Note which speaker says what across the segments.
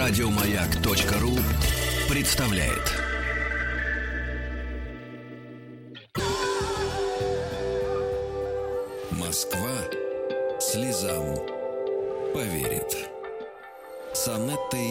Speaker 1: Радиомаяк.ру представляет. Москва слезам поверит. С Анеттой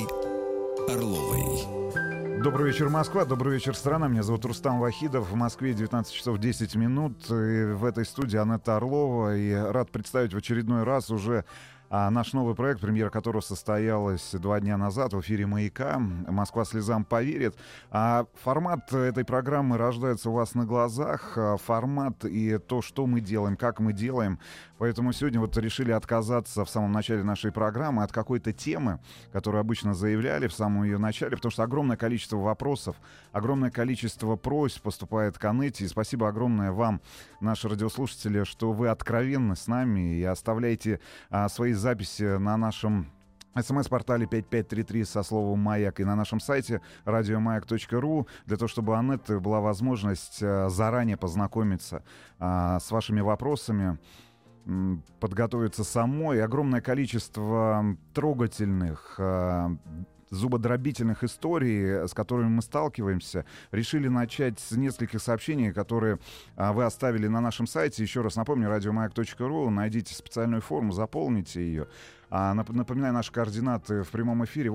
Speaker 1: Орловой.
Speaker 2: Добрый вечер, Москва. Добрый вечер, страна. Меня зовут Рустам Вахидов. В Москве 19 часов 10 минут. И в этой студии Анетта Орлова. И рад представить в очередной раз уже наш новый проект, премьера которого состоялась 2 дня назад в эфире «Маяка». «Москва слезам поверит». Формат этой программы рождается у вас на глазах. Формат и то, что мы делаем, как мы делаем. Поэтому сегодня вот решили отказаться в самом начале нашей программы от какой-то темы, которую обычно заявляли в самом ее начале, потому что огромное количество вопросов, огромное количество просьб поступает к Анетте. И спасибо огромное вам, наши радиослушатели, что вы откровенны с нами и оставляете свои записи на нашем СМС-портале 5533 со словом «Маяк» и на нашем сайте радиомаяк.ру, для того, чтобы у Анетты была возможность заранее познакомиться с вашими вопросами, подготовиться самой. Огромное количество трогательных, зубодробительных историй, с которыми мы сталкиваемся. Решили начать с нескольких сообщений, которые вы оставили на нашем сайте. Еще раз напомню, радиомаяк.ру. Найдите специальную форму, заполните ее. Напоминаю, наши координаты в прямом эфире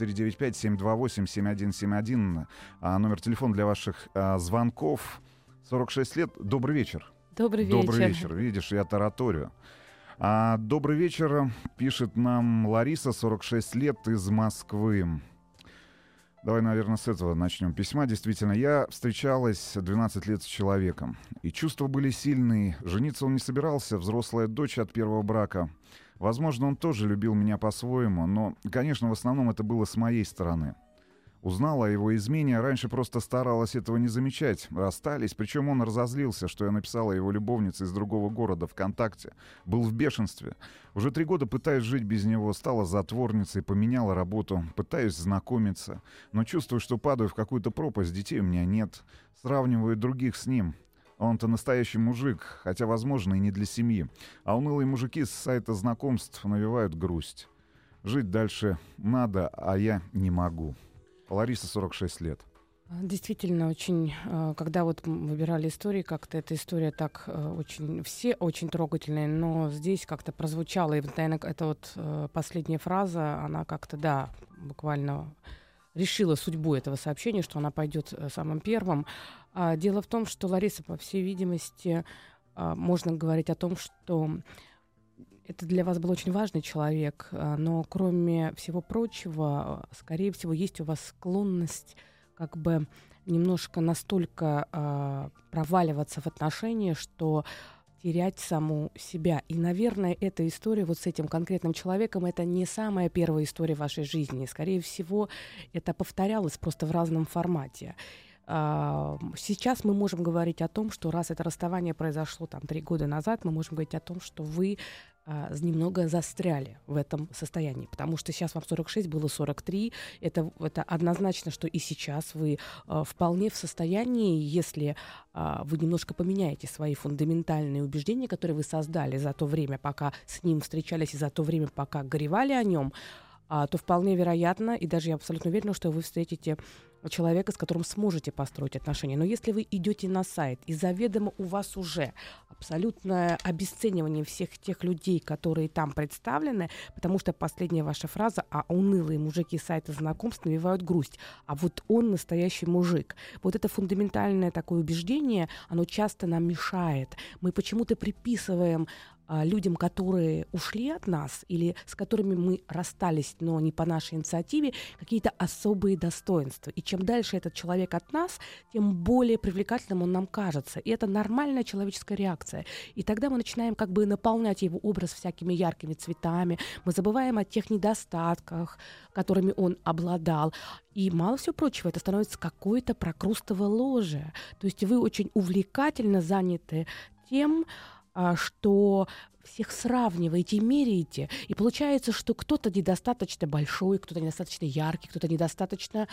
Speaker 2: 8495-728-7171. Номер телефона для ваших звонков. 46 лет. Добрый вечер.
Speaker 3: Добрый вечер.
Speaker 2: Добрый вечер. Видишь, я тараторю. Добрый вечер, пишет нам Лариса, 46 лет, из Москвы. Давай, наверное, с этого начнем письма. Действительно, я встречалась 12 лет с человеком, и чувства были сильные. Жениться он не собирался, взрослая дочь от первого брака. Возможно, он тоже любил меня по-своему, но, конечно, в основном это было с моей стороны. Узнала о его измене, раньше просто старалась этого не замечать. Расстались, причем он разозлился, что я написала его любовнице из другого города ВКонтакте. Был в бешенстве. Уже 3 года пытаюсь жить без него, стала затворницей, поменяла работу, пытаюсь знакомиться. Но чувствую, что падаю в какую-то пропасть, детей у меня нет. Сравниваю других с ним. Он-то настоящий мужик, хотя, возможно, и не для семьи. А унылые мужики с сайта знакомств навевают грусть. Жить дальше надо, а я не могу. Лариса, 46 лет.
Speaker 3: Действительно, очень, когда вот выбирали истории, как-то эта история так очень, все очень трогательные, но здесь как-то прозвучала, и, наверное, это вот последняя фраза, она как-то, да, буквально решила судьбу этого сообщения, что она пойдет самым первым. Дело в том, что, Лариса, по всей видимости, можно говорить о том, что это для вас был очень важный человек, но кроме всего прочего, скорее всего, есть у вас склонность как бы немножко настолько проваливаться в отношения, что терять саму себя. И, наверное, эта история вот с этим конкретным человеком, это не самая первая история в вашей жизни. Скорее всего, это повторялось просто в разном формате. Сейчас мы можем говорить о том, что раз это расставание произошло там 3 года назад, мы можем говорить о том, что вы немного застряли в этом состоянии, потому что сейчас вам 46, было 43. Это однозначно, что и сейчас вы вполне в состоянии, если вы немножко поменяете свои фундаментальные убеждения, которые вы создали за то время, пока с ним встречались, и за то время, пока горевали о нем, то вполне вероятно, и даже я абсолютно уверена, что вы встретите человека, с которым сможете построить отношения. Но если вы идете на сайт, и заведомо у вас уже абсолютное обесценивание всех тех людей, которые там представлены, потому что последняя ваша фраза, а унылые мужики сайта знакомств навевают грусть, а вот он настоящий мужик. Вот это фундаментальное такое убеждение, оно часто нам мешает. Мы почему-то приписываем людям, которые ушли от нас или с которыми мы расстались, но не по нашей инициативе, какие-то особые достоинства. И чем дальше этот человек от нас, тем более привлекательным он нам кажется. И это нормальная человеческая реакция. И тогда мы начинаем как бы наполнять его образ всякими яркими цветами. Мы забываем о тех недостатках, которыми он обладал. И мало всего прочего, это становится какое-то прокрустово ложе. То есть вы очень увлекательно заняты тем, что всех сравниваете и меряете, и получается, что кто-то недостаточно большой, кто-то недостаточно яркий, кто-то недостаточно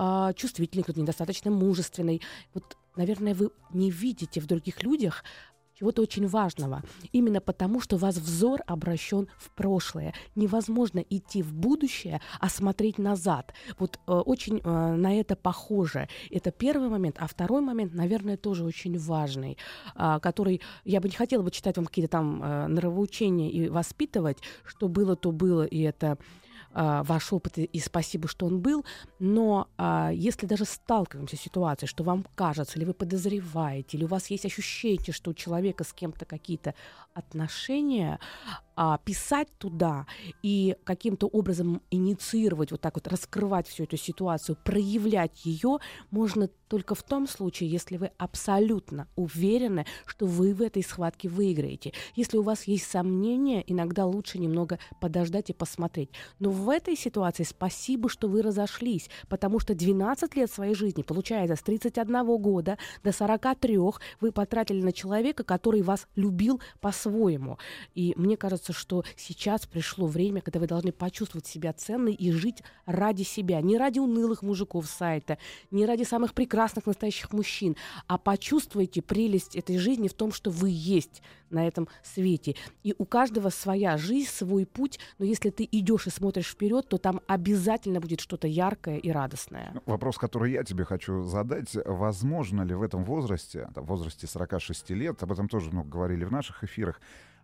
Speaker 3: чувствительный, кто-то недостаточно мужественный. Вот, наверное, вы не видите в других людях чего-то очень важного. Именно потому, что у вас взор обращен в прошлое. Невозможно идти в будущее, а смотреть назад. Вот очень на это похоже. Это первый момент. А второй момент, наверное, тоже очень важный, который я бы не хотела бы читать вам какие-то там нравоучения и воспитывать, что было, то было, и это ваш опыт, и спасибо, что он был, но если даже сталкиваемся с ситуацией, что вам кажется, или вы подозреваете, или у вас есть ощущение, что у человека с кем-то какие-то отношения, писать туда и каким-то образом инициировать, вот так вот раскрывать всю эту ситуацию, проявлять ее можно только в том случае, если вы абсолютно уверены, что вы в этой схватке выиграете. Если у вас есть сомнения, иногда лучше немного подождать и посмотреть. Но в этой ситуации спасибо, что вы разошлись, потому что 12 лет своей жизни, получается, с 31 года до 43 вы потратили на человека, который вас любил по-своему. И мне кажется, что сейчас пришло время, когда вы должны почувствовать себя ценной и жить ради себя. Не ради унылых мужиков с сайта, не ради самых прекрасных настоящих мужчин, а почувствуйте прелесть этой жизни в том, что вы есть на этом свете. И у каждого своя жизнь, свой путь, но если ты идешь и смотришь вперед, то там обязательно будет что-то яркое и радостное.
Speaker 2: Вопрос, который я тебе хочу задать: возможно ли в этом возрасте, в возрасте 46 лет, об этом тоже много говорили в наших эфирах,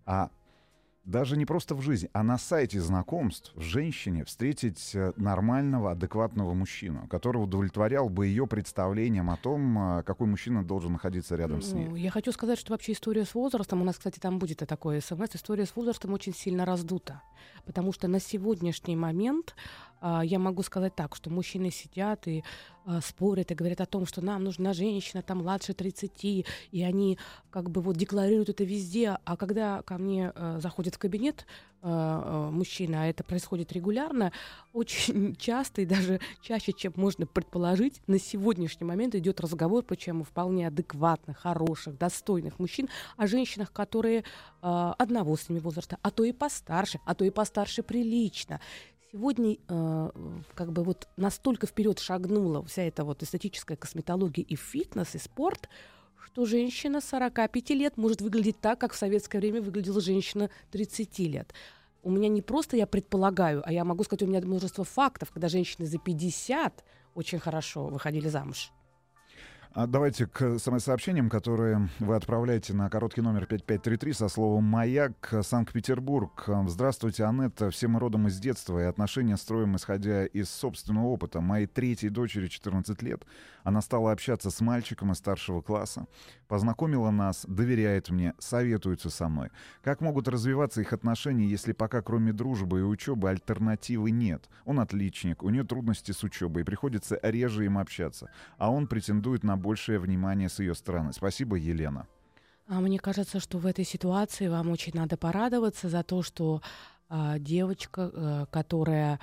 Speaker 2: даже не просто в жизни, а на сайте знакомств женщине встретить нормального, адекватного мужчину, который удовлетворял бы ее представлениям о том, какой мужчина должен находиться рядом с ней?
Speaker 3: Я хочу сказать, что вообще история с возрастом, у нас, кстати, там будет и такое СМС, история с возрастом очень сильно раздута, потому что на сегодняшний момент я могу сказать так, что мужчины сидят и спорят и говорят о том, что нам нужна женщина там младше 30, и они как бы вот декларируют это везде, а когда ко мне заходит в кабинет мужчина, а это происходит регулярно, очень часто и даже чаще, чем можно предположить, на сегодняшний момент идет разговор, причем вполне адекватных, хороших, достойных мужчин, о женщинах, которые одного с ними возраста, а то и постарше прилично. Сегодня как бы вот настолько вперед шагнула вся эта вот эстетическая косметология и фитнес, и спорт, что женщина 45 лет может выглядеть так, как в советское время выглядела женщина 30 лет. У меня не просто я предполагаю, а я могу сказать, у меня множество фактов, когда женщины за 50 очень хорошо выходили замуж.
Speaker 2: Давайте к СМС-сообщениям, которые вы отправляете на короткий номер 5533 со словом «Маяк». Санкт-Петербург. Здравствуйте, Анетта. Все мы родом из детства, и отношения строим, исходя из собственного опыта. Моей третьей дочери 14 лет. Она стала общаться с мальчиком из старшего класса. Познакомила нас, доверяет мне, советуется со мной. Как могут развиваться их отношения, если пока кроме дружбы и учебы альтернативы нет? Он отличник, у нее трудности с учебой, приходится реже им общаться. А он претендует на большее внимание с ее стороны. Спасибо, Елена.
Speaker 3: Мне кажется, что в этой ситуации вам очень надо порадоваться за то, что девочка, которой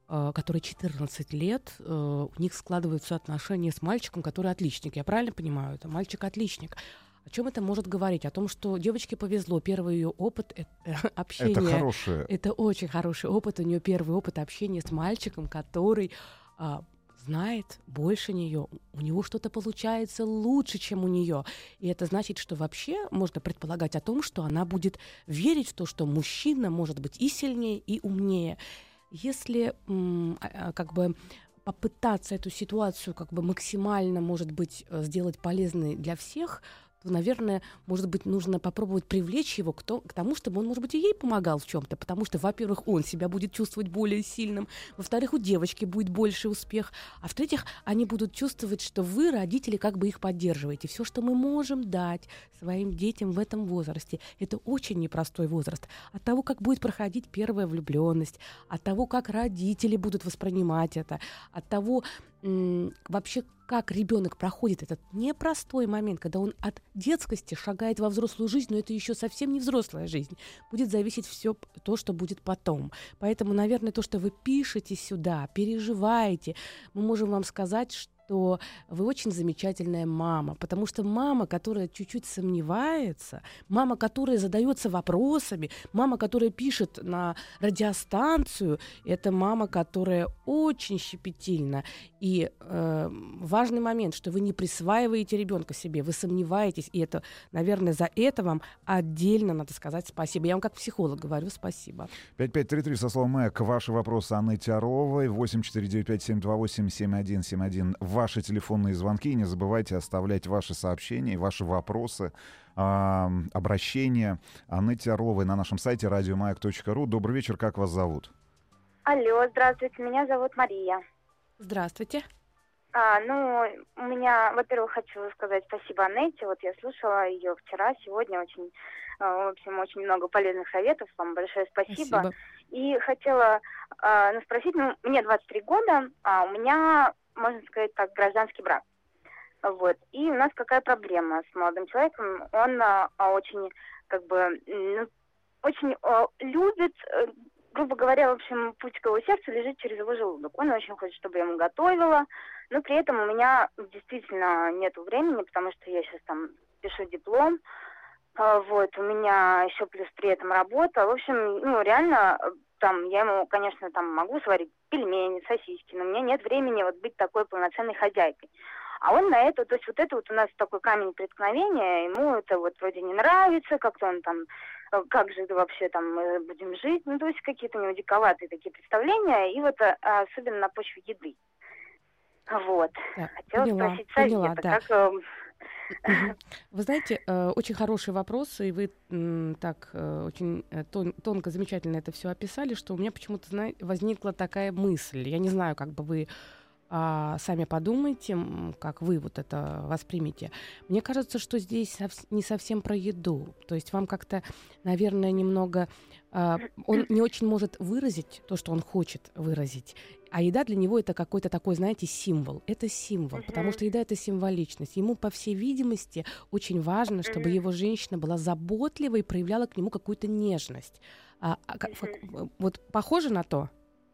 Speaker 3: 14 лет, у них складываются отношения с мальчиком, который отличник. Я правильно понимаю? Это мальчик-отличник. О чем это может говорить? О том, что девочке повезло. Первый ее опыт общения.
Speaker 2: Это хорошее.
Speaker 3: Это очень хороший опыт. У нее первый опыт общения с мальчиком, который знает больше нее. У него что-то получается лучше, чем у нее. И это значит, что вообще можно предполагать о том, что она будет верить в то, что мужчина может быть и сильнее, и умнее. Если как бы попытаться эту ситуацию как бы максимально, может быть, сделать полезной для всех, то, наверное, может быть, нужно попробовать привлечь его к тому, чтобы он, может быть, и ей помогал в чем-то, потому что, во-первых, он себя будет чувствовать более сильным, во-вторых, у девочки будет больше успех, а в-третьих, они будут чувствовать, что вы, родители, как бы их поддерживаете. Все, что мы можем дать своим детям в этом возрасте, это очень непростой возраст. От того, как будет проходить первая влюбленность, от того, как родители будут воспринимать это, от того, вообще, как ребенок проходит этот непростой момент, когда он от детскости шагает во взрослую жизнь, но это еще совсем не взрослая жизнь. Будет зависеть все то, что будет потом. Поэтому, наверное, то, что вы пишете сюда, переживаете, мы можем вам сказать, что что вы очень замечательная мама, потому что мама, которая чуть-чуть сомневается, мама, которая задается вопросами, мама, которая пишет на радиостанцию, это мама, которая очень щепетильна. И важный момент, что вы не присваиваете ребенка себе, вы сомневаетесь, и это, наверное, за это вам отдельно надо сказать спасибо. Я вам как психолог говорю спасибо.
Speaker 2: 5533 со словом «Мэг». Ваши вопросы Аннете Орловой. 8495-728-7171. Ваши телефонные звонки. Не забывайте оставлять ваши сообщения, ваши вопросы, обращения Аннете Орловой на нашем сайте radiomayak.ru. Добрый вечер. Как вас зовут?
Speaker 4: Алло, здравствуйте. Меня зовут Мария.
Speaker 3: Здравствуйте.
Speaker 4: У меня, во-первых, хочу сказать спасибо Аннете. Вот я слушала ее вчера, сегодня очень, в общем, очень много полезных советов. Вам большое спасибо. И хотела спросить, мне 23 года, а у меня, можно сказать так, гражданский брак. Вот. И у нас какая проблема с молодым человеком? Он очень, очень любит, грубо говоря, в общем, путь к его сердцу лежит через его желудок. Он очень хочет, чтобы я ему готовила, но при этом у меня действительно нет времени, потому что я сейчас там пишу диплом, вот, у меня еще плюс при этом работа. В общем, реально, там, я ему, конечно, там могу сварить пельмени, сосиски, но у меня нет времени вот быть такой полноценной хозяйкой. А он на это, то есть вот это вот у нас такой камень преткновения, ему это вот вроде не нравится, как-то он там, как же вообще там мы будем жить, то есть какие-то у него диковатые такие представления, и вот особенно на почве еды. Вот.
Speaker 3: Да,
Speaker 4: хотела спросить совета,
Speaker 3: да.
Speaker 4: как...
Speaker 3: Вы знаете, очень хороший вопрос, и вы так очень тонко, замечательно это все описали, что у меня почему-то возникла такая мысль. Я не знаю, как бы вы сами подумайте, как вы вот это воспримете. Мне кажется, что здесь не совсем про еду. То есть вам как-то, наверное, немного... он не очень может выразить то, что он хочет выразить. А еда для него это какой-то такой, знаете, символ. Это символ, потому что еда — это символичность. Ему, по всей видимости, очень важно, чтобы его женщина была заботлива и проявляла к нему какую-то нежность. Вот похоже на то?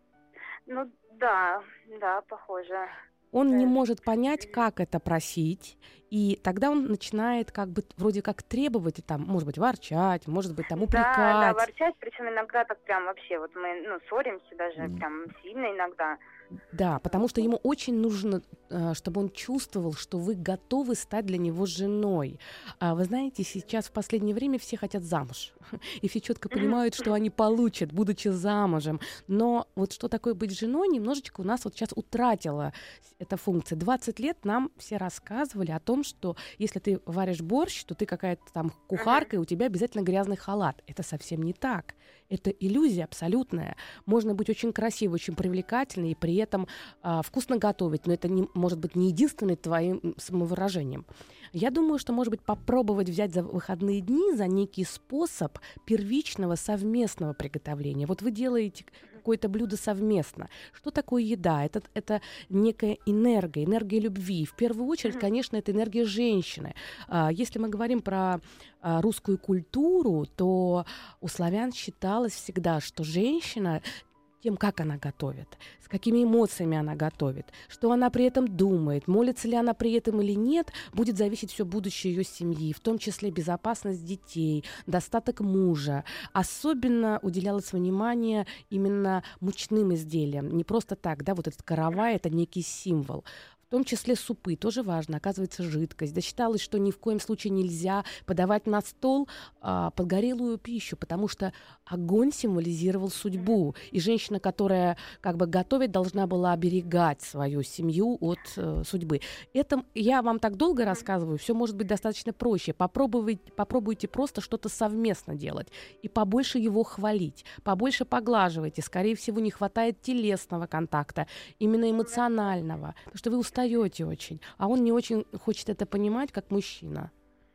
Speaker 4: Да, похоже.
Speaker 3: Он не может понять, как это просить, и тогда он начинает как бы вроде как требовать, там, может быть, ворчать, может быть, там, упрекать.
Speaker 4: Да, ворчать, причем иногда так прям вообще, вот мы, ссоримся даже прям сильно иногда.
Speaker 3: Да, потому что ему очень нужно, чтобы он чувствовал, что вы готовы стать для него женой. Вы знаете, сейчас в последнее время все хотят замуж. И все четко понимают, что они получат, будучи замужем. Но вот что такое быть женой, немножечко у нас вот сейчас утратила эта функция. 20 лет нам все рассказывали о том, что если ты варишь борщ, то ты какая-то там кухарка, и у тебя обязательно грязный халат. Это совсем не так. Это иллюзия абсолютная. Можно быть очень красивой, очень привлекательной и при этом вкусно готовить, но это может быть не единственным твоим самовыражением. Я думаю, что, может быть, попробовать взять за выходные дни за некий способ первичного совместного приготовления. Вот вы делаете какое-то блюдо совместно. Что такое еда? Это некая энергия любви. В первую очередь, конечно, это энергия женщины. Если мы говорим про русскую культуру, то у славян считалось всегда, что женщина тем, как она готовит, с какими эмоциями она готовит, что она при этом думает, молится ли она при этом или нет, будет зависеть все будущее ее семьи, в том числе безопасность детей, достаток мужа. Особенно уделялось внимание именно мучным изделиям. Не просто так, да, вот этот каравай — это некий символ. В том числе супы, тоже важно, оказывается, жидкость. Да считалось, что ни в коем случае нельзя подавать на стол подгорелую пищу, потому что огонь символизировал судьбу. И женщина, которая как бы готовит, должна была оберегать свою семью от судьбы. Это я вам так долго рассказываю, все может быть достаточно проще. Попробуйте просто что-то совместно делать и побольше его хвалить, побольше поглаживайте. Скорее всего, не хватает телесного контакта, именно эмоционального, потому что вы устаете очень, а он не очень хочет это понимать, как мужчина.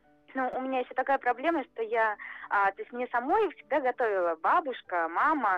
Speaker 4: У меня еще такая проблема, что я, то есть мне самой всегда готовила бабушка, мама,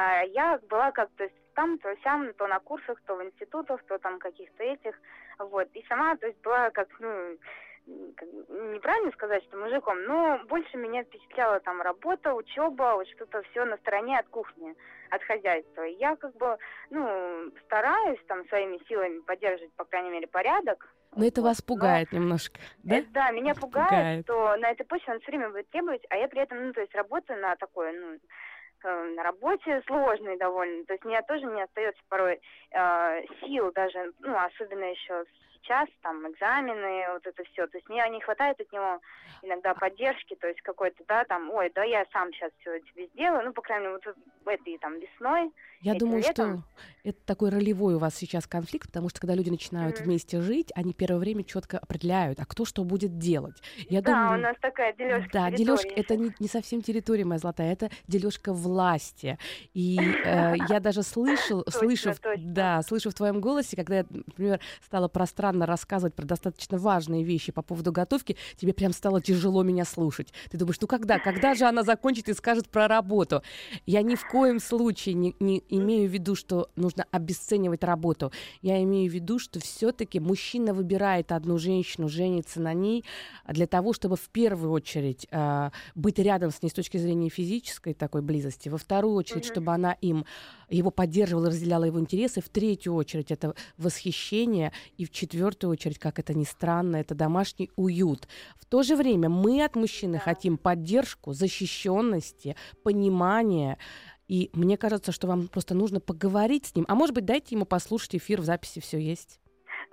Speaker 4: я была как-то там, то сям, то на курсах, то в институтах, то там каких-то этих, вот, и сама, то есть была как, неправильно сказать, что мужиком, но больше меня впечатляла там работа, учеба, вот что-то все на стороне от кухни, от хозяйства. И я стараюсь там своими силами поддерживать, по крайней мере, порядок.
Speaker 3: Но это вас пугает немножко, да?
Speaker 4: Да, меня пугает, что на этой почве он все время будет требовать, а я при этом, работаю на такой, на работе сложной довольно. То есть мне тоже не остается порой сил даже, особенно еще сейчас, там, экзамены, вот это все. То есть мне не хватает от него иногда поддержки, то есть какой-то, я сам сейчас все тебе сделаю, по крайней мере, вот этой там весной.
Speaker 3: Я думаю, что это такой ролевой у вас сейчас конфликт, потому что когда люди начинают вместе жить, они первое время четко определяют, а кто что будет делать. Я думаю,
Speaker 4: у нас такая дележка.
Speaker 3: Да, дележка — это не совсем территория, моя золотая, это дележка власти. И я даже слышу в твоем голосе, когда я, например, стала пространно рассказывать про достаточно важные вещи по поводу готовки, тебе прям стало тяжело меня слушать. Ты думаешь, когда же она закончит и скажет про работу? Я ни в коем случае не имею в виду, что нужно обесценивать работу. Я имею в виду, что все-таки мужчина выбирает одну женщину, женится на ней для того, чтобы в первую очередь быть рядом с ней с точки зрения физической такой близости, во вторую очередь, чтобы она его поддерживала, разделяла его интересы, в третью очередь это восхищение, и в четвертую очередь, как это ни странно, это домашний уют. В то же время мы от мужчины хотим поддержку, защищенности, понимания. И мне кажется, что вам просто нужно поговорить с ним. А может быть, дайте ему послушать эфир, в записи все есть.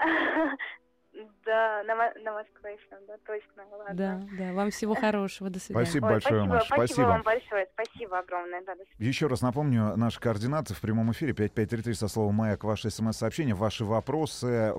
Speaker 4: Да, на Москва FM, да, точно. Ладно.
Speaker 3: Да, вам всего хорошего, до свидания.
Speaker 2: Спасибо большое, Маш.
Speaker 4: Спасибо вам большое, спасибо огромное. Да,
Speaker 2: еще раз напомню, наши координаты в прямом эфире 5533 со словом «Маяк», ваши смс-сообщения, ваши вопросы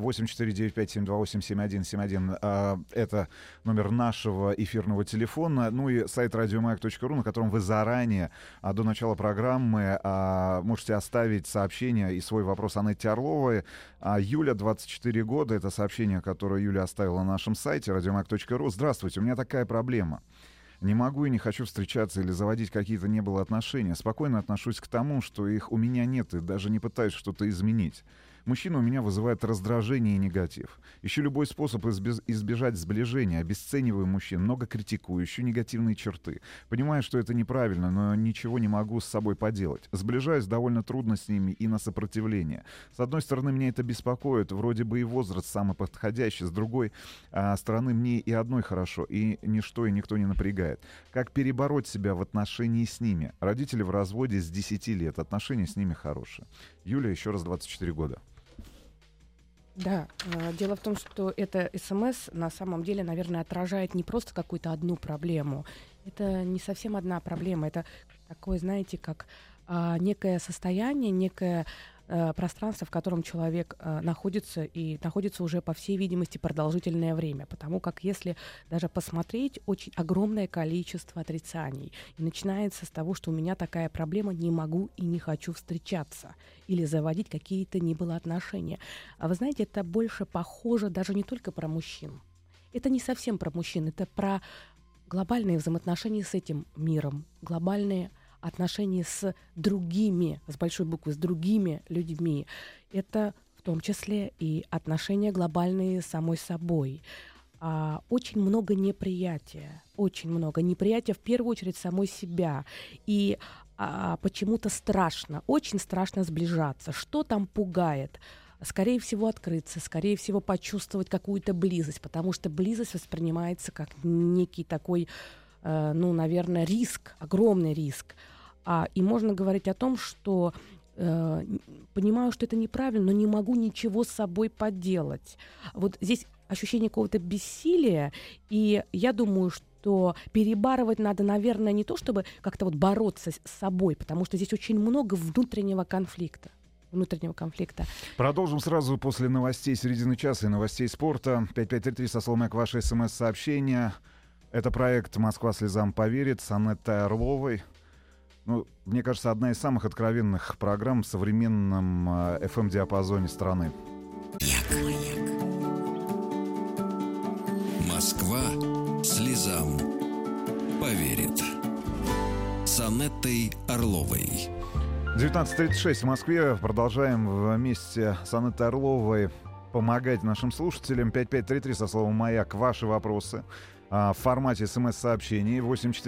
Speaker 2: 8495-728-7171. Это номер нашего эфирного телефона, и сайт радиомаяк.ру, на котором вы заранее, до начала программы, можете оставить сообщение и свой вопрос Анетте Орловой. Юля, 24 года, это сообщение, которое Юля оставила на нашем сайте radiomayak.ru. Здравствуйте, у меня такая проблема. Не могу и не хочу встречаться или заводить какие-то не было отношения. Спокойно отношусь к тому, что их у меня нет, и даже не пытаюсь что-то изменить. Мужчина у меня вызывает раздражение и негатив. Ищу любой способ избежать сближения. Обесцениваю мужчин, много критикую, ищу негативные черты. Понимаю, что это неправильно, но ничего не могу с собой поделать. Сближаюсь довольно трудно с ними и на сопротивление. С одной стороны, меня это беспокоит, вроде бы и возраст самый подходящий. С другой стороны, мне и одной хорошо, и ничто и никто не напрягает. Как перебороть себя в отношении с ними? Родители в разводе с 10 лет, отношения с ними хорошие. Юля, еще раз, 24 года.
Speaker 3: Да, дело в том, что это СМС на самом деле, наверное, отражает не просто какую-то одну проблему. Это не совсем одна проблема. Это такое, знаете, как некое состояние, некое пространство, в котором человек находится, и находится уже, по всей видимости, продолжительное время. Потому как если даже посмотреть, очень огромное количество отрицаний. И начинается с того, что у меня такая проблема, не могу и не хочу встречаться или заводить какие-то ни было отношения. А вы знаете, это больше похоже даже не только про мужчин. Это не совсем про мужчин, это про глобальные взаимоотношения с этим миром, глобальные отношения с другими, с большой буквы, с другими людьми. Это в том числе и отношения глобальные с самой собой. Очень много неприятия, в первую очередь самой себя. И почему-то страшно, очень страшно сближаться. Что там пугает? Скорее всего, открыться, скорее всего, почувствовать какую-то близость, потому что близость воспринимается как некий такой, наверное, риск, огромный риск. И можно говорить о том, что понимаю, что это неправильно, но не могу ничего с собой поделать. Вот здесь ощущение какого-то бессилия, и я думаю, что перебарывать надо, наверное, не то, чтобы как-то вот бороться с собой, потому что здесь очень много внутреннего конфликта.
Speaker 2: Продолжим сразу после новостей середины часа и новостей спорта. 5533 со словом «Маяк», ваши смс-сообщения. Это проект «Москва слезам поверит» с Анеттой Орловой. Мне кажется, одна из самых откровенных программ в современном FM-диапазоне страны.
Speaker 1: Москва слезам поверит. С Анеттой Орловой.
Speaker 2: 19:36 в Москве. Продолжаем вместе с Анеттой Орловой помогать нашим слушателям. 5533 со словом «Маяк». Ваши вопросы в формате смс-сообщений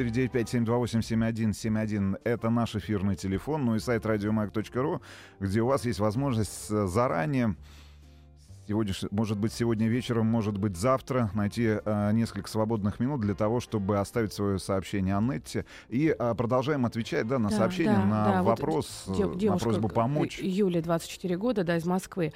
Speaker 2: 8495-728-7171. Это наш эфирный телефон. Ну и сайт радиомаяк.ру, где у вас есть возможность заранее, может быть, сегодня вечером, может быть, завтра, найти несколько свободных минут для того, чтобы оставить свое сообщение Аннетте. И продолжаем отвечать на сообщение, на вопрос, на просьбу помочь.
Speaker 3: Юлия, 24 года, из Москвы.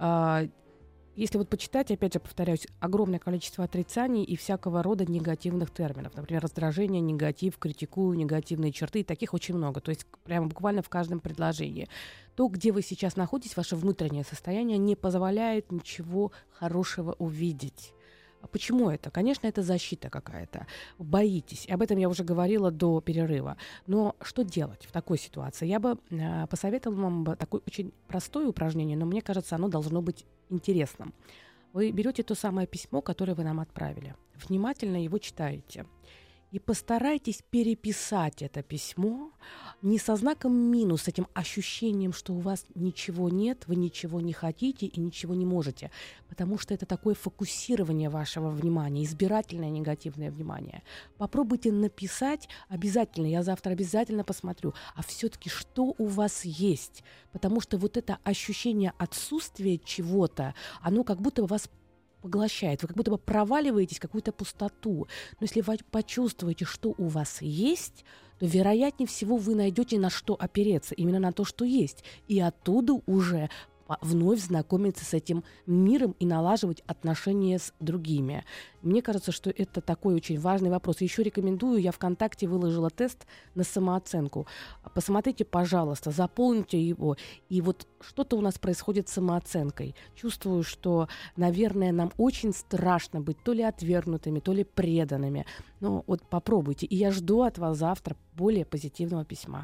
Speaker 3: Если почитать, опять же повторяюсь, огромное количество отрицаний и всякого рода негативных терминов. Например, раздражение, негатив, критикую, негативные черты. И таких очень много. То есть прямо буквально в каждом предложении. То, где вы сейчас находитесь, ваше внутреннее состояние не позволяет ничего хорошего увидеть. А почему это? Конечно, это защита какая-то. Боитесь. Об этом я уже говорила до перерыва. Но что делать в такой ситуации? Я бы посоветовала вам такое очень простое упражнение, но мне кажется, оно должно быть интересным. Вы берете то самое письмо, которое вы нам отправили. Внимательно его читаете. И постарайтесь переписать это письмо не со знаком минус, с этим ощущением, что у вас ничего нет, вы ничего не хотите и ничего не можете. Потому что это такое фокусирование вашего внимания, избирательное негативное внимание. Попробуйте написать обязательно, я завтра обязательно посмотрю, а все-таки что у вас есть. Потому что это ощущение отсутствия чего-то, оно как будто вас поглощает. Вы как будто бы проваливаетесь в какую-то пустоту. Но если вы почувствуете, что у вас есть, то, вероятнее всего, вы найдете на что опереться. Именно на то, что есть. И оттуда уже вновь знакомиться с этим миром и налаживать отношения с другими. Мне кажется, что это такой очень важный вопрос. Еще рекомендую, я ВКонтакте выложила тест на самооценку. Посмотрите, пожалуйста, заполните его. И что-то у нас происходит с самооценкой. Чувствую, что, наверное, нам очень страшно быть то ли отвергнутыми, то ли преданными. Но попробуйте. И я жду от вас завтра более позитивного письма.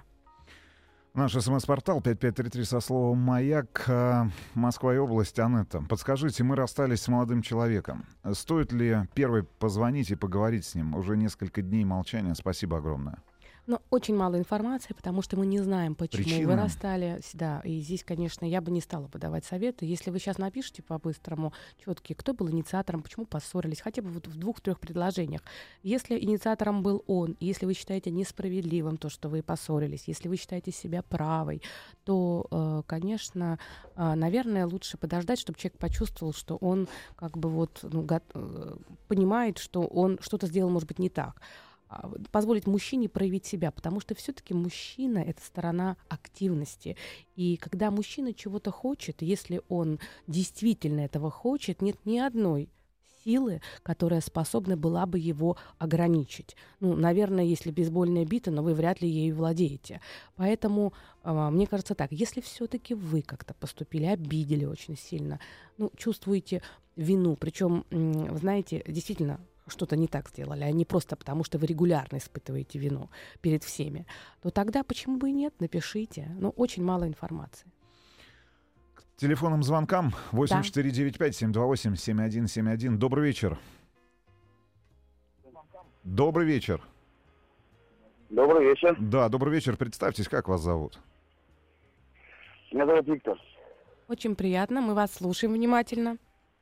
Speaker 2: Наш СМС-портал 5533 со словом «Маяк», Москва и область. Анетта, подскажите, мы расстались с молодым человеком. Стоит ли первой позвонить и поговорить с ним? Уже несколько дней молчания. Спасибо огромное.
Speaker 3: Но очень мало информации, потому что мы не знаем, почему вы расстались. Да, и здесь, конечно, я бы не стала бы давать советы. Если вы сейчас напишите по-быстрому четкие, кто был инициатором, почему поссорились, хотя бы в 2-3 предложениях. Если инициатором был он, если вы считаете несправедливым то, что вы поссорились, если вы считаете себя правой, то, конечно, наверное, лучше подождать, чтобы человек почувствовал, что он понимает, что он что-то сделал, может быть, не так. Позволить мужчине проявить себя, потому что все-таки мужчина — это сторона активности. И когда мужчина чего-то хочет, если он действительно этого хочет, нет ни одной силы, которая способна была бы его ограничить. Наверное, если бейсбольная бита, но вы вряд ли ею владеете. Поэтому мне кажется так, если все-таки вы как-то поступили, обидели очень сильно, чувствуете вину, причем, знаете, действительно, что-то не так сделали, а не просто потому, что вы регулярно испытываете вину перед всеми, то тогда почему бы и нет, напишите. Очень мало информации.
Speaker 2: К телефонным звонкам 8495-728-7171. Добрый вечер. Добрый вечер.
Speaker 5: Добрый вечер.
Speaker 2: Да, добрый вечер. Представьтесь, как вас зовут?
Speaker 5: Меня зовут Виктор.
Speaker 3: Очень приятно, мы вас слушаем внимательно.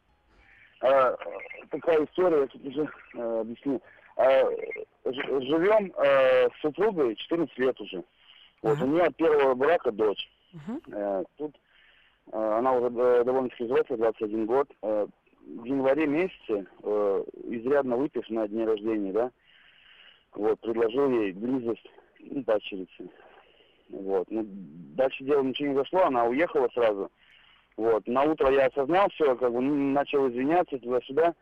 Speaker 5: Такая история, я тут уже объясню. Живем с супругой 14 лет уже. У нее от первого брака дочь. Тут она уже довольно-таки взрослая, 21 год. В январе месяце, изрядно выпив на дне рождения, да, предложил ей близость дачерицы. Дальше дело ничего не зашло, она уехала сразу. На утро я осознал все, начал извиняться туда-сюда.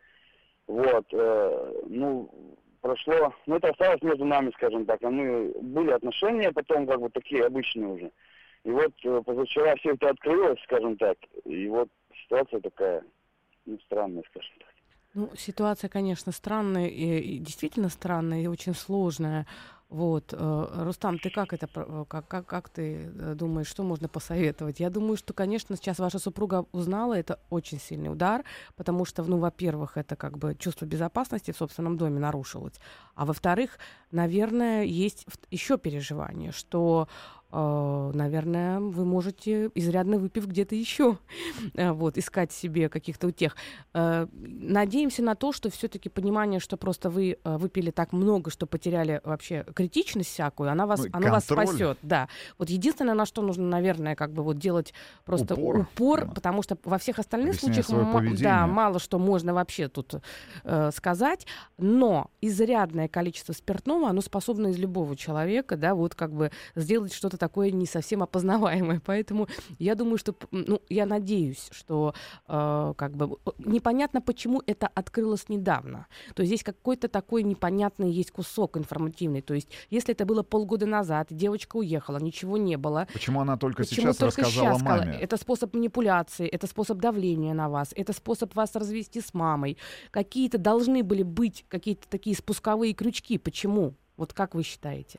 Speaker 5: Прошло, это осталось между нами, скажем так. Были отношения потом, такие обычные уже. И позавчера все это открылось, скажем так. И ситуация такая, странная, скажем так.
Speaker 3: Ситуация, конечно, странная, и действительно странная, и очень сложная. Рустам, ты как ты думаешь, что можно посоветовать? Я думаю, что, конечно, сейчас ваша супруга узнала, это очень сильный удар, потому что, во-первых, это чувство безопасности в собственном доме нарушилось, а во-вторых, наверное, есть еще переживание, что наверное, вы можете, изрядно выпив, где-то еще искать себе каких-то утех. Надеемся на то, что все-таки понимание, что просто вы выпили так много, что потеряли вообще критичность всякую, оно вас спасет. Да. Вот единственное, на что нужно, наверное, делать просто упор, потому что во всех остальных случаях мало что можно вообще тут сказать, но изрядное количество спиртного, оно способно из любого человека, сделать что-то такое не совсем опознаваемое. Поэтому я думаю, что, я надеюсь, что непонятно, почему это открылось недавно. То есть здесь какой-то такой непонятный есть кусок информативный. То есть если это было полгода назад, девочка уехала, ничего не было.
Speaker 2: Почему она только сейчас рассказала маме?
Speaker 3: Это способ манипуляции, это способ давления на вас, это способ вас развести с мамой. Какие-то должны были быть какие-то такие спусковые крючки. Почему? Вот как вы считаете?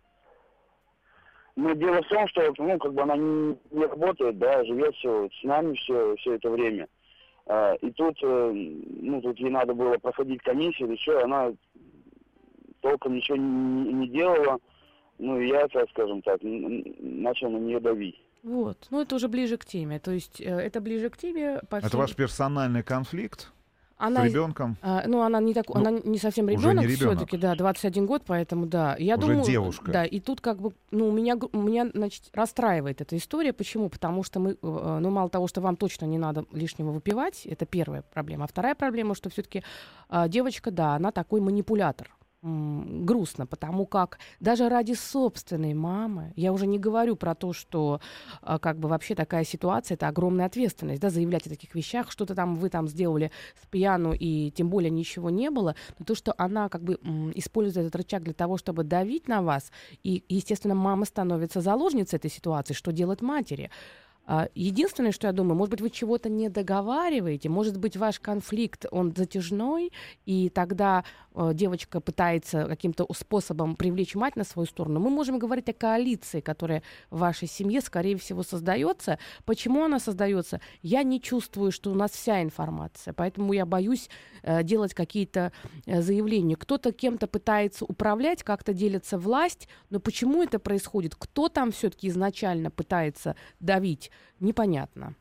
Speaker 5: Но дело в том, что она не работает, живет с нами все это время. И тут ей надо было проходить комиссию, и все, она толком ничего не делала. И я, скажем так, начал на нее давить.
Speaker 3: Вот, это уже ближе к теме. То есть это ближе к теме.
Speaker 2: Это ваш персональный конфликт? С ребенком?
Speaker 3: Она не совсем ребенок все-таки, 21 год, поэтому Я
Speaker 2: уже
Speaker 3: думаю,
Speaker 2: девушка.
Speaker 3: Да, и тут меня расстраивает эта история. Почему? Потому что мы, мало того, что вам точно не надо лишнего выпивать, это первая проблема. А вторая проблема, что все-таки девочка, она такой манипулятор. Грустно, потому как даже ради собственной мамы, я уже не говорю про то, что вообще такая ситуация, это огромная ответственность, заявлять о таких вещах, что-то вы сделали с пьяну, и тем более ничего не было, но то, что она использует этот рычаг для того, чтобы давить на вас, и, естественно, мама становится заложницей этой ситуации, что делать матери? Единственное, что я думаю, может быть, вы чего-то не договариваете, может быть, ваш конфликт, он затяжной, и тогда девочка пытается каким-то способом привлечь мать на свою сторону. Мы можем говорить о коалиции, которая в вашей семье, скорее всего, создается. Почему она создается? Я не чувствую, что у нас вся информация, поэтому я боюсь делать какие-то заявления. Кто-то кем-то пытается управлять, как-то делится власть, но почему это происходит? Кто там все-таки изначально пытается давить? Непонятно.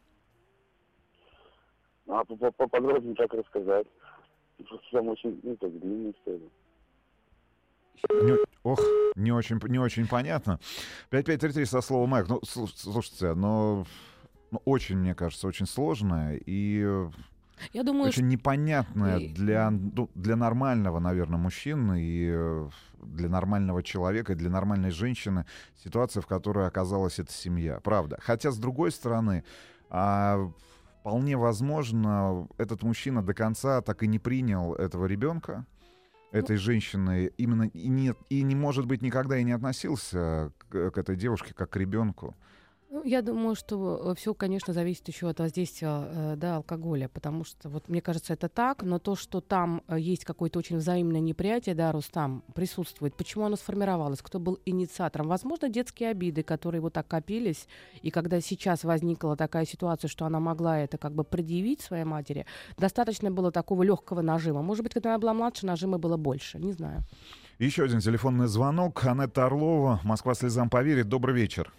Speaker 5: Поподробнее так рассказать. Просто там очень длинная история.
Speaker 2: Не очень понятно. 5533 со словом «мэг». Слушайте, очень, мне кажется, очень сложное и
Speaker 3: я думаю,
Speaker 2: очень непонятное для нормального, наверное, мужчины и для нормального человека, и для нормальной женщины ситуация, в которой оказалась эта семья. Правда. Хотя, с другой стороны, вполне возможно, этот мужчина до конца так и не принял этого ребенка, этой женщины, именно и не, может быть, никогда и не относился к этой девушке как к ребенку.
Speaker 3: Я думаю, что все, конечно, зависит еще от воздействия алкоголя, потому что, мне кажется, это так, но то, что там есть какое-то очень взаимное неприятие, Рустам, присутствует. Почему оно сформировалось? Кто был инициатором? Возможно, детские обиды, которые так копились, и когда сейчас возникла такая ситуация, что она могла это предъявить своей матери, достаточно было такого легкого нажима. Может быть, когда она была младше, нажима было больше, не знаю.
Speaker 2: Еще один телефонный звонок. Анетта Орлова, «Москва слезам поверит». Добрый вечер.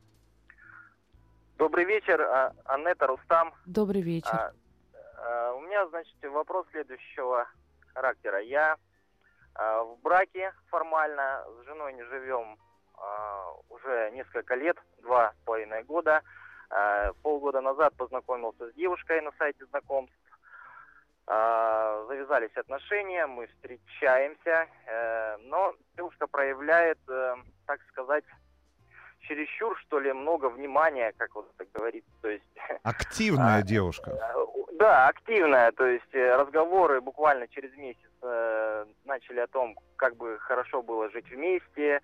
Speaker 6: Добрый вечер, Анетта, Рустам.
Speaker 3: Добрый вечер.
Speaker 6: У меня, вопрос следующего характера. Я в браке формально, с женой не живем уже несколько лет, 2,5 года. Полгода назад познакомился с девушкой на сайте знакомств. Завязались отношения, мы встречаемся, но девушка проявляет, так сказать, чересчур, что ли, много внимания, как так говорится, то есть...
Speaker 2: Активная девушка.
Speaker 6: Да, активная, то есть разговоры буквально через месяц начали о том, как бы хорошо было жить вместе,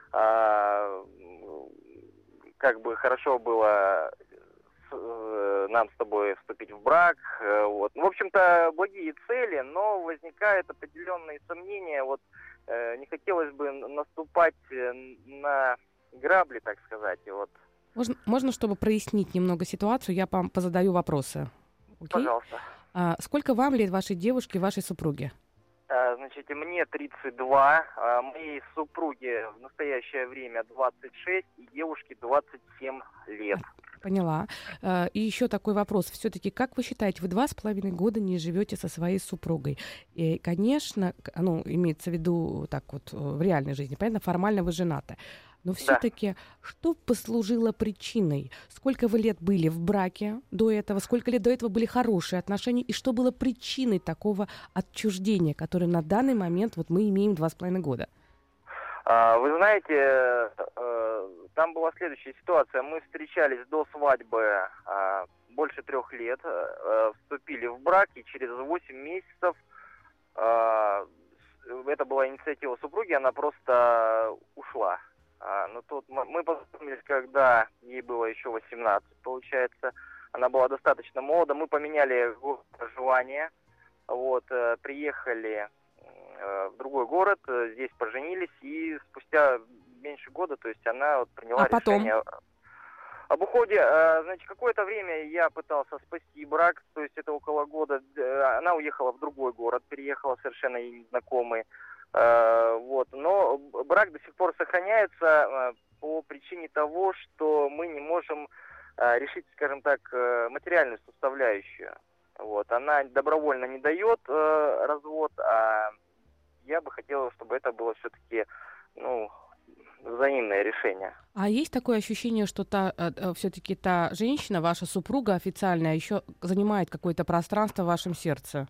Speaker 6: как бы хорошо было нам с тобой вступить в брак, В общем-то, благие цели, но возникают определенные сомнения, не хотелось бы наступать на грабли, так сказать,
Speaker 3: Можно, чтобы прояснить немного ситуацию, я позадаю вопросы. Окей?
Speaker 6: Пожалуйста.
Speaker 3: Сколько вам лет, вашей девушке, вашей супруге?
Speaker 6: Значит, мне 32, моей супруге в настоящее время 26, и девушке 27 лет.
Speaker 3: Поняла. И еще такой вопрос. Все-таки, как вы считаете, вы 2,5 года не живете со своей супругой? И, конечно, имеется в виду так вот в реальной жизни, понятно, формально вы женаты. Но все-таки, что послужило причиной? Сколько вы лет были в браке до этого? Сколько лет до этого были хорошие отношения? И что было причиной такого отчуждения, которое на данный момент вот мы имеем 2,5 года?
Speaker 6: Вы знаете, там была следующая ситуация. Мы встречались до свадьбы больше 3 лет, вступили в брак, и через 8 месяцев, это была инициатива супруги, она просто ушла. Но тут мы познакомились, когда ей было еще 18, получается. Она была достаточно молода. Мы поменяли город проживания. Приехали в другой город, здесь поженились, и спустя меньше года, то есть она приняла решение об уходе. Значит, какое-то время я пытался спасти брак, то есть это около года. Она уехала в другой город, переехала совершенно ей незнакомый. Но брак до сих пор сохраняется по причине того, что мы не можем решить, скажем так, материальную составляющую. Она добровольно не дает развод, а я бы хотела, чтобы это было все-таки, взаимное решение.
Speaker 3: А есть такое ощущение, что все-таки та женщина, ваша супруга официальная, еще занимает какое-то пространство в вашем сердце?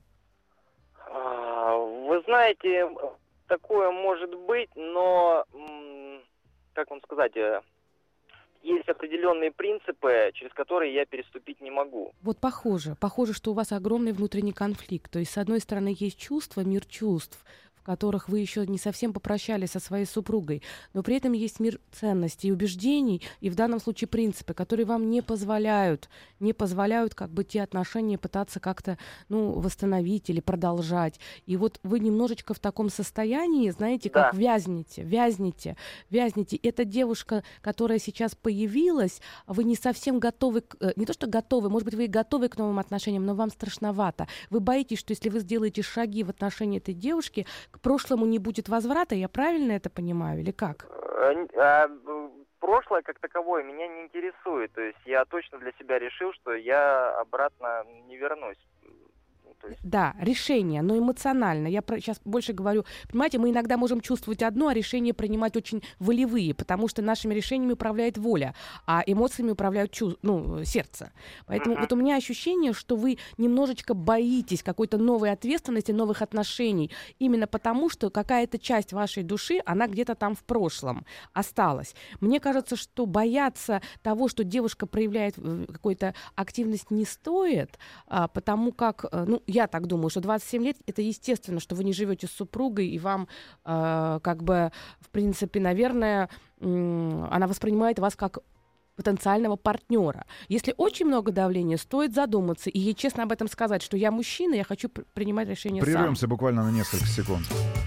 Speaker 6: Вы знаете, такое может быть, но, как вам сказать, есть определенные принципы, через которые я переступить не могу.
Speaker 3: Вот похоже, что у вас огромный внутренний конфликт. То есть, с одной стороны, есть чувства, мир чувств, в которых вы еще не совсем попрощались со своей супругой, но при этом есть мир ценностей и убеждений, и в данном случае принципы, которые вам не позволяют как бы те отношения пытаться как-то, восстановить или продолжать. И вот вы немножечко в таком состоянии, знаете, как вязнете. Эта девушка, которая сейчас появилась, вы не совсем готовы, не то что готовы, может быть, вы и готовы к новым отношениям, но вам страшновато. Вы боитесь, что если вы сделаете шаги в отношении этой девушки, к прошлому не будет возврата, я правильно это понимаю, или как?
Speaker 6: Прошлое как таковое меня не интересует, то есть я точно для себя решил, что я обратно не вернусь.
Speaker 3: Да, решение, но эмоционально. Я сейчас больше говорю, понимаете, мы иногда можем чувствовать одно, а решения принимать очень волевые, потому что нашими решениями управляет воля, а эмоциями управляют сердце. Поэтому вот у меня ощущение, что вы немножечко боитесь какой-то новой ответственности, новых отношений, именно потому, что какая-то часть вашей души, она где-то там в прошлом осталась. Мне кажется, что бояться того, что девушка проявляет какую-то активность, не стоит, потому как, я так думаю, что 27 лет, это естественно, что вы не живете с супругой, и вам, в принципе, наверное, она воспринимает вас как потенциального партнера. Если очень много давления, стоит задуматься и ей честно об этом сказать, что я мужчина, я хочу принимать решение сам.
Speaker 2: Прервемся буквально на несколько секунд.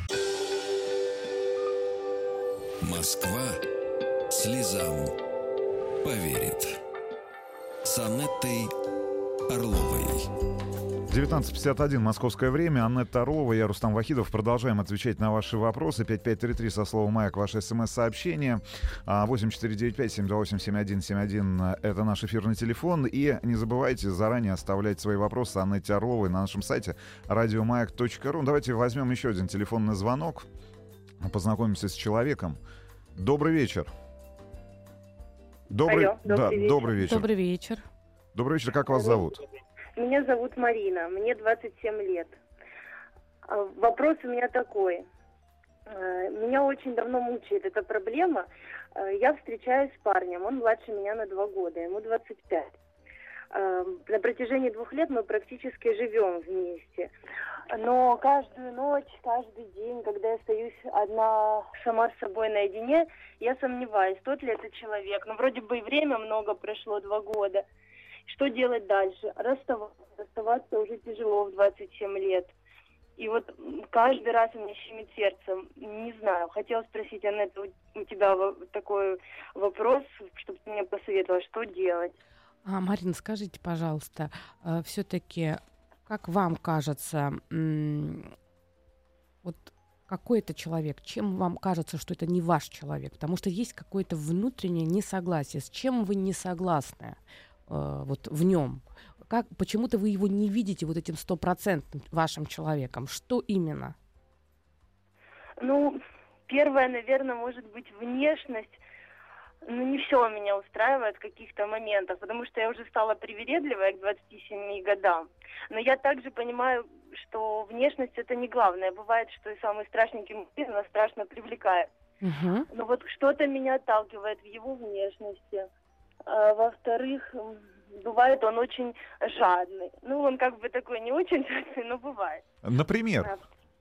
Speaker 1: Москва слезам поверит. С Анеттой Орловой.
Speaker 2: 19:51 московское время. Анетта Орлова, я Рустам Вахидов. Продолжаем отвечать на ваши вопросы. 5533 со словом «Маяк» ваше смс-сообщение. 8495-728-7171 это наш эфирный телефон. И не забывайте заранее оставлять свои вопросы Анетте Орловой на нашем сайте радиомаяк.ру. Давайте возьмем еще один телефонный звонок. Познакомимся с человеком. Добрый вечер.
Speaker 7: Добрый вечер.
Speaker 2: Добрый вечер.
Speaker 3: Добрый вечер.
Speaker 2: Добрый вечер. Как вас зовут?
Speaker 7: Меня зовут Марина, мне 27 лет. Вопрос у меня такой. Меня очень давно мучает эта проблема. Я встречаюсь с парнем, он младше меня на 2 года, ему 25. На протяжении 2 лет мы практически живем вместе. Но каждую ночь, каждый день, когда я остаюсь одна сама с собой наедине, я сомневаюсь, тот ли это человек. Вроде бы и время много прошло, 2 года. Что делать дальше? Расставаться уже тяжело в 27 лет. И вот каждый раз у меня щемит сердце. Не знаю, хотела спросить, Анетта, у тебя такой вопрос, чтобы ты мне посоветовала, что делать?
Speaker 3: Марина, скажите, пожалуйста, все-таки, как вам кажется, Какой это человек? Чем вам кажется, что это не ваш человек? Потому что есть какое-то внутреннее несогласие. С чем вы не согласны вот в нем? Почему-то вы его не видите вот этим 100% вашим человеком. Что именно?
Speaker 7: Ну, первое, наверное, может быть внешность. Ну, не все меня устраивает в каких-то моментах, потому что я уже стала привередливая к 27 годам. Но я также понимаю, что внешность это не главное. Бывает, что и самый страшненький мужчина нас страшно привлекает. Но вот что-то меня отталкивает в его внешности. Во-вторых, бывает он очень жадный. Ну, он как бы такой не очень жадный, но бывает.
Speaker 2: Например?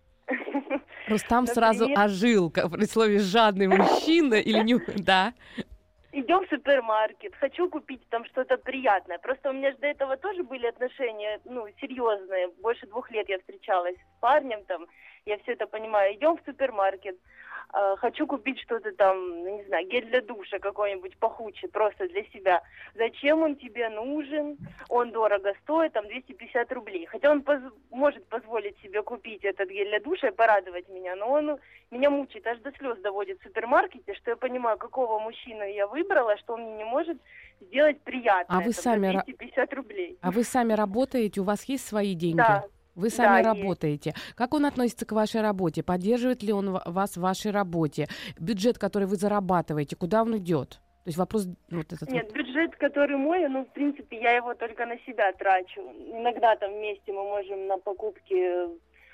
Speaker 3: Рустам сразу ожил при слове «жадный мужчина» или не... Да.
Speaker 7: Идем в супермаркет, хочу купить там что-то приятное. Просто у меня же до этого тоже были отношения, ну, серьезные. Больше 2 лет я встречалась с парнем там, я все это понимаю. Идем в супермаркет, хочу купить что-то там, ну, не знаю, гель для душа какой-нибудь пахучий, просто для себя. Зачем он тебе нужен? Он дорого стоит, там 250 рублей. Хотя он может позволить себе купить этот гель для душа и порадовать меня, но он меня мучает, аж до слез доводит в супермаркете, что я понимаю, какого мужчину я выбрала, что он мне не может сделать приятное.
Speaker 3: Вы сами
Speaker 7: 250 рублей.
Speaker 3: А вы сами работаете? У вас есть свои деньги?
Speaker 7: Да.
Speaker 3: Вы сами
Speaker 7: Да,
Speaker 3: работаете. Есть. Как он относится к вашей работе? Поддерживает ли он вас в вашей работе? Бюджет, который вы зарабатываете, куда он идет? То есть вопрос вот этот.
Speaker 7: Нет, бюджет, который мой, ну, в принципе, я его только на себя трачу. Иногда там вместе мы можем на покупки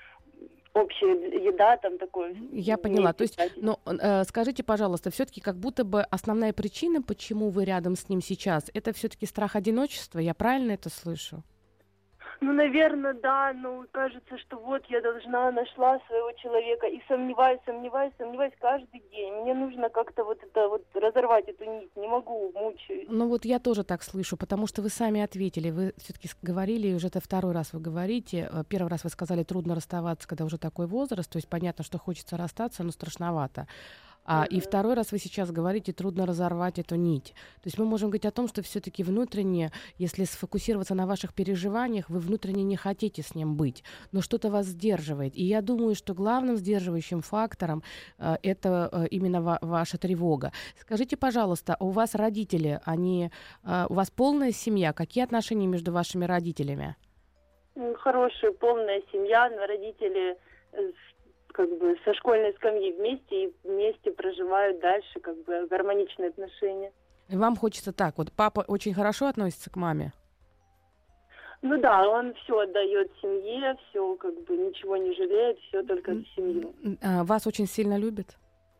Speaker 7: общая еда там такое.
Speaker 3: Я поняла. То есть, скажите, пожалуйста, все-таки как будто бы основная причина, почему вы рядом с ним сейчас, это все-таки страх одиночества. Я правильно это слышу?
Speaker 7: Ну, наверное, да, но кажется, что вот я нашла своего человека и сомневаюсь каждый день. Мне нужно как-то вот это вот разорвать эту нить, не могу, мучаюсь.
Speaker 3: Ну вот я тоже так слышу, потому что вы сами ответили, вы все-таки говорили, уже это 2-й раз вы говорите, 1-й раз вы сказали, трудно расставаться, когда уже такой возраст, то есть понятно, что хочется расстаться, но страшновато. И 2-й раз вы сейчас говорите, трудно разорвать эту нить. То есть мы можем говорить о том, что все-таки внутренне, если сфокусироваться на ваших переживаниях, вы внутренне не хотите с ним быть, но что-то вас сдерживает. И я думаю, что главным сдерживающим фактором это именно ваша тревога. Скажите, пожалуйста, у вас родители, у вас полная семья? Какие отношения между вашими родителями?
Speaker 7: Хорошая, полная семья, но родители как бы со школьной скамьи вместе и вместе проживают дальше, как бы гармоничные отношения.
Speaker 3: И вам хочется так, вот папа очень хорошо относится к маме?
Speaker 7: Ну да, он все отдает семье, все как бы ничего не жалеет, все только за семью.
Speaker 3: Вас очень сильно любит?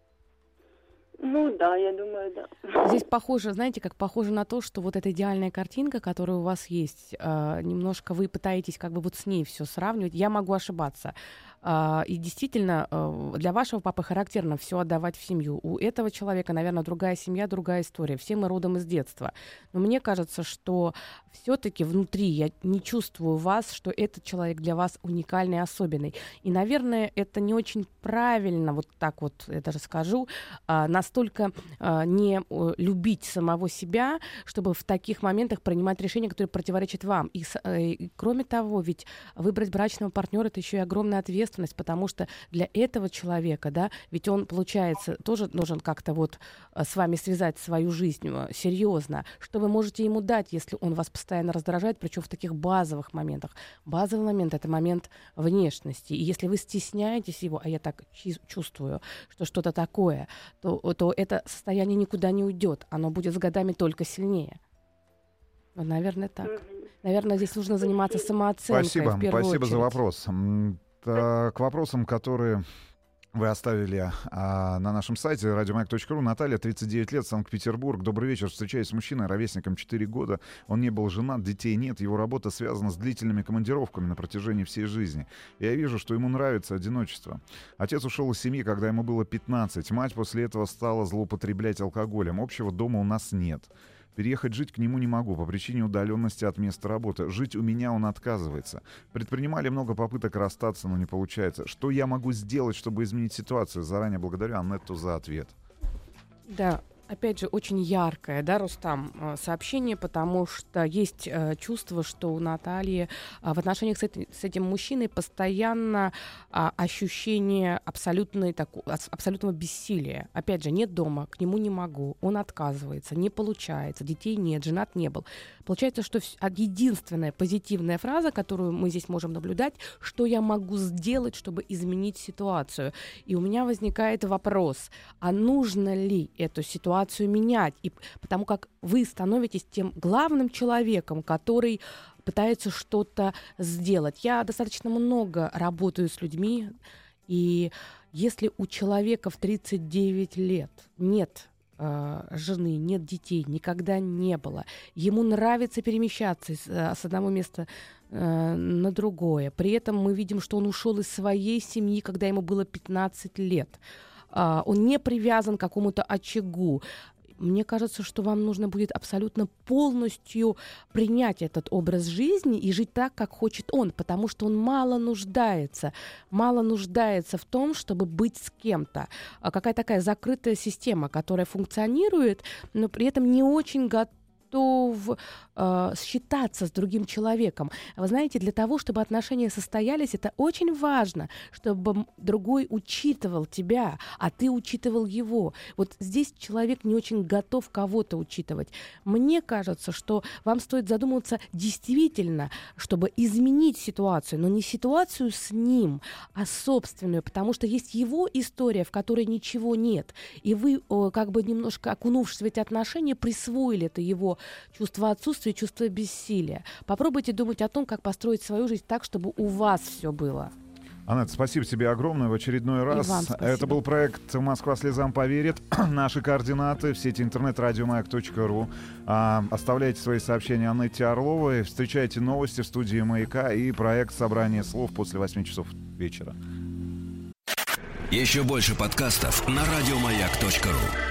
Speaker 7: Ну да, я думаю, да.
Speaker 3: Здесь похоже, знаете, как похоже на то, что вот эта идеальная картинка, которая у вас есть, немножко вы пытаетесь как бы вот с ней все сравнивать. Я могу ошибаться. И действительно, для вашего папы характерно все отдавать в семью. У этого человека, наверное, другая семья, другая история. Все мы родом из детства. Но мне кажется, что все-таки внутри я не чувствую вас, что этот человек для вас уникальный и особенный. И, наверное, это не очень правильно, вот так вот я даже скажу, настолько не любить самого себя, чтобы в таких моментах принимать решения, которые противоречат вам. И кроме того, ведь выбрать брачного партнера — это еще и огромная ответственность, потому что для этого человека, да, ведь он, получается, тоже должен как-то вот с вами связать свою жизнь серьезно. Что вы можете ему дать, если он вас постоянно раздражает, причем в таких базовых моментах? Базовый момент — это момент внешности. И если вы стесняетесь его, а я так чувствую, что что-то такое, то это состояние никуда не уйдет. Оно будет с годами только сильнее. Вот, наверное, так. Наверное, здесь нужно заниматься самооценкой в первую очередь.
Speaker 2: Спасибо за вопрос. К вопросам, которые вы оставили на нашем сайте radiomayak.ru. Наталья, 39 лет, Санкт-Петербург. Добрый вечер. Встречаюсь с мужчиной, ровесником 4 года. Он не был женат, детей нет. Его работа связана с длительными командировками на протяжении всей жизни. Я вижу, что ему нравится одиночество. Отец ушел из семьи, когда ему было 15. Мать после этого стала злоупотреблять алкоголем. Общего дома у нас нет. Переехать жить к нему не могу по причине удаленности от места работы. Жить у меня он отказывается. Предпринимали много попыток расстаться, но не получается. Что я могу сделать, чтобы изменить ситуацию? Заранее благодарю Аннетту за ответ.
Speaker 3: Да, Опять же, очень яркое, да, Рустам, сообщение, потому что есть чувство, что у Натальи в отношениях с этим мужчиной постоянно ощущение абсолютного бессилия. Опять же, нет дома, к нему не могу, он отказывается, не получается, детей нет, женат не был. Получается, что единственная позитивная фраза, которую мы здесь можем наблюдать, что я могу сделать, чтобы изменить ситуацию. И у меня возникает вопрос, а нужно ли эту ситуацию менять? И потому как вы становитесь тем главным человеком, который пытается что-то сделать. Я достаточно много работаю с людьми, и если у человека в 39 лет нет жены, нет детей, никогда не было, ему нравится перемещаться с одного места на другое. При этом мы видим, что он ушел из своей семьи, когда ему было 15 лет. Он не привязан к какому-то очагу. Мне кажется, что вам нужно будет абсолютно полностью принять этот образ жизни и жить так, как хочет он, потому что он мало нуждается в том, чтобы быть с кем-то. Какая-то такая закрытая система, которая функционирует, но при этом не очень готова считаться с другим человеком. Вы знаете, для того, чтобы отношения состоялись, это очень важно, чтобы другой учитывал тебя, а ты учитывал его. Вот здесь человек не очень готов кого-то учитывать. Мне кажется, что вам стоит задуматься действительно, чтобы изменить ситуацию, но не ситуацию с ним, а собственную, потому что есть его история, в которой ничего нет. И вы, как бы немножко окунувшись в эти отношения, присвоили это его чувство отсутствия, чувство бессилия. Попробуйте думать о том, как построить свою жизнь так, чтобы у вас все было.
Speaker 2: Анетт, спасибо тебе огромное в очередной раз. Это был проект «Москва слезам поверит». Наши координаты в сети интернет-радиомаяк.ру. Оставляйте свои сообщения Анетте Орловой. Встречайте новости в студии «Маяка» и проект «Собрание слов» после 8 часов вечера.
Speaker 1: Еще больше подкастов на радиомаяк.ру.